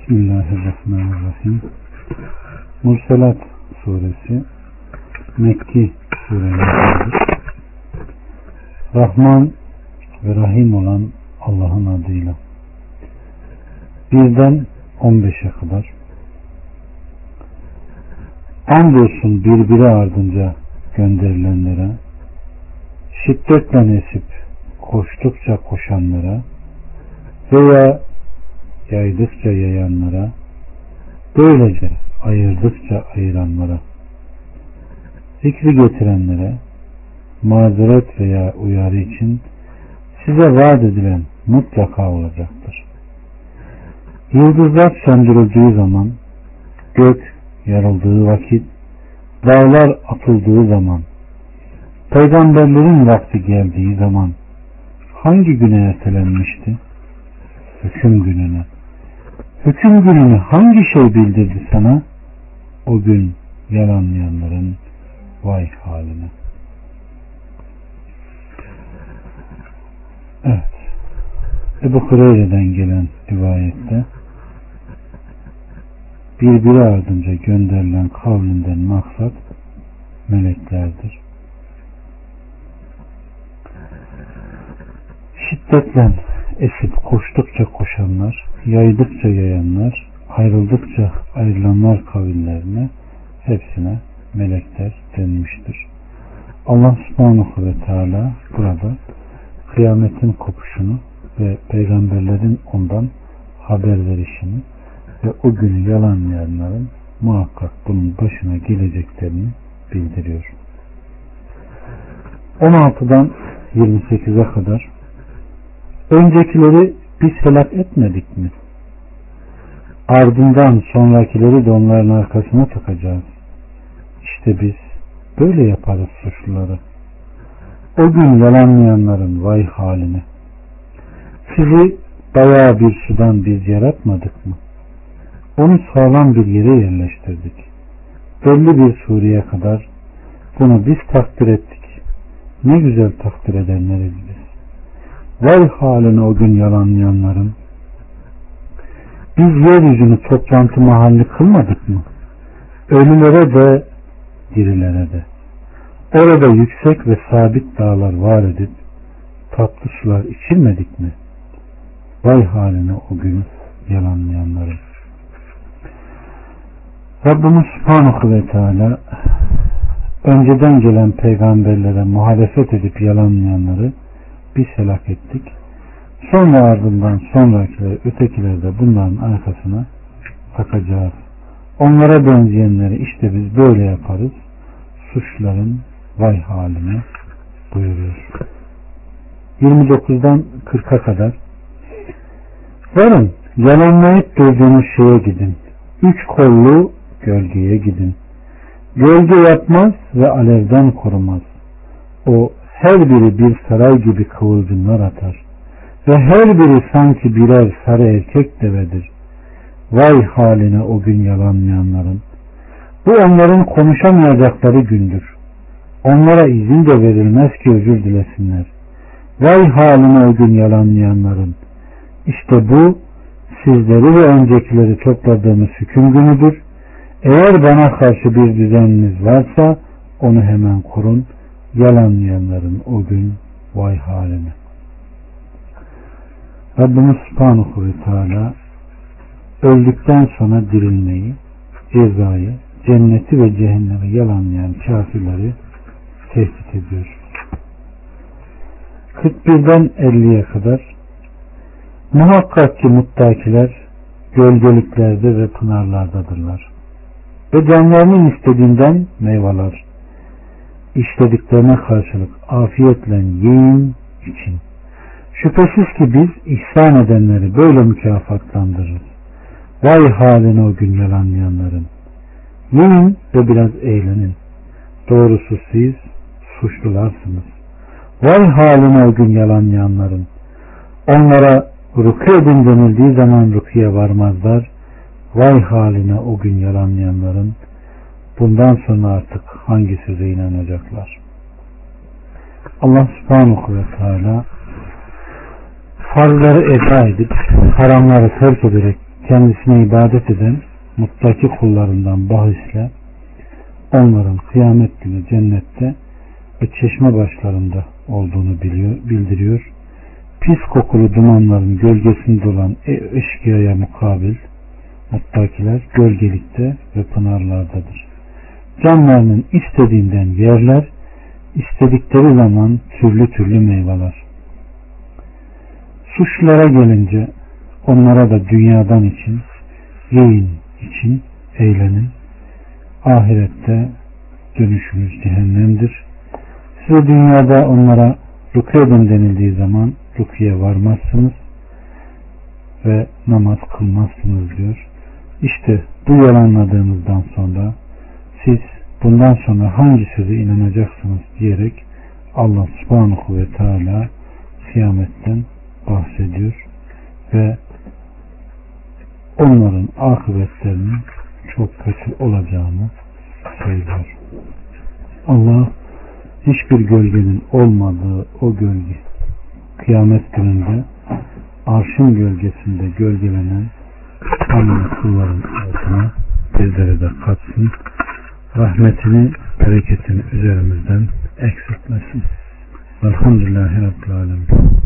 Bismillahirrahmanirrahim. Murselat suresi Mekki surelerdir. Rahman ve Rahim olan Allah'ın adıyla. 1'den 15'e kadar. Andolsun birbiri ardınca gönderilenlere, şiddetle esip koştukça koşanlara veya yaydıkça yayanlara, böylece ayırdıkça ayıranlara, zikri getirenlere, mazeret veya uyarı için size vaat edilen mutlaka olacaktır. Yıldızlar söndürüldüğü zaman, gök yarıldığı vakit, dağlar atıldığı zaman, peygamberlerin vakti geldiği zaman hangi güne ertelenmişti? Hüküm gününe. Hüküm gününü hangi şey bildirdi sana? O gün yalanlayanların vay haline. Evet. Ebu Hureyre'den gelen rivayette birbiri ardınca gönderilen kavlinden maksat meleklerdir. Şiddetle esip koştukça koşanlar, yaydıkça yayanlar, ayrıldıkça ayrılanlar kavillerine, hepsine melekler denmiştir. Allah subhanahu ve teala burada kıyametin kopuşunu ve peygamberlerin ondan haber verişini ve o günü yalanlayanların muhakkak bunun başına geleceklerini bildiriyor. 16'dan 28'e kadar öncekileri biz helak etmedik mi? Ardından sonrakileri de onların arkasına takacağız. İşte biz böyle yaparız suçluları. O gün yalanlayanların vay haline. Sizi bayağı bir sudan biz yaratmadık mı? Onu sağlam bir yere yerleştirdik. Belli bir sureye kadar bunu biz takdir ettik. Ne güzel takdir edenleriz biz. Vay haline o gün yalanlayanların. Biz yeryüzünü toplantı mahalli kılmadık mı? Ölülere de dirilere de. Orada yüksek ve sabit dağlar var edip tatlı sular içilmedik mi? Vay haline o gün yalanlayanların. Rabbimiz Subhanahu ve Teala önceden gelen peygamberlere muhalefet edip yalanlayanları biz helak ettik. Sonra ardından sonrakiler, ötekiler de bunların arkasına takacağız. Onlara benzeyenleri işte biz böyle yaparız. Suçların vay haline buyuruyor. 29'dan 40'a kadar. Varın yalanlayıp durduğunuz şeye gidin. 3 kollu gölgeye gidin. Gölge yapmaz ve alevden korumaz. O her biri bir saray gibi kıvılcımlar atar. Ve her biri sanki birer sarı erkek devedir. Vay haline o gün yalanlayanların. Bu onların konuşamayacakları gündür. Onlara izin de verilmez ki özür dilesinler. Vay haline o gün yalanlayanların. İşte bu sizleri ve öncekileri topladığımız hüküm günüdür. Eğer bana karşı bir düzeniniz varsa onu hemen kurun. Yalanlayanların o gün vay haline. Rabbimiz Subhanahu ve Teala öldükten sonra dirilmeyi, cezayı, cenneti ve cehennemi yalanlayan kafirleri tehdit ediyor. 41'den 50'ye kadar muhakkak ki muttakiler gölgeliklerde ve pınarlardadırlar. Ve canlarının istediğinden meyveler, işlediklerine karşılık afiyetle yiyin için. Şüphesiz ki biz ihsan edenleri böyle mükafatlandırırız. Vay haline o gün yalanlayanların. Yiyin ve biraz eğlenin. Doğrusu siz suçlularsınız. Vay haline o gün yalanlayanların. Onlara rukiye edin denildiği zaman rukiye varmazlar. Vay haline o gün yalanlayanların. Bundan sonra artık hangi söze inanacaklar? Allah subhanahu ve teala farzları eda edip haramları terk ederek kendisine ibadet eden muttaki kullarından bahisle onların kıyamet günü cennette ve çeşme başlarında olduğunu bildiriyor. Pis kokulu dumanların gölgesinde olan eşkıyaya mukabil muttakiler gölgelikte ve pınarlardadır. Canlarının istediğinden yerler, istedikleri zaman türlü türlü meyveler. Suçlulara gelince onlara da dünyadan için, yiyin için eğlenin. Ahirette dönüşünüz cehennemdir. Size dünyada onlara rukiye edin denildiği zaman rukiye varmazsınız ve namaz kılmazsınız diyor. İşte bu yalanladığınızdan sonra siz bundan sonra hangi söze inanacaksınız diyerek Allah subhanahu ve teala kıyametten bahsediyor ve onların akıbetlerinin çok kötü olacağını söylüyor. Allah hiçbir gölgenin olmadığı o gölge kıyamet gününde arşın gölgesinde gölgelenen tanrı kulların altına bizlere de katsın. Rahmetini, bereketini üzerimizden eksiltmesin. Elhamdülillahi Rabbil Alemin.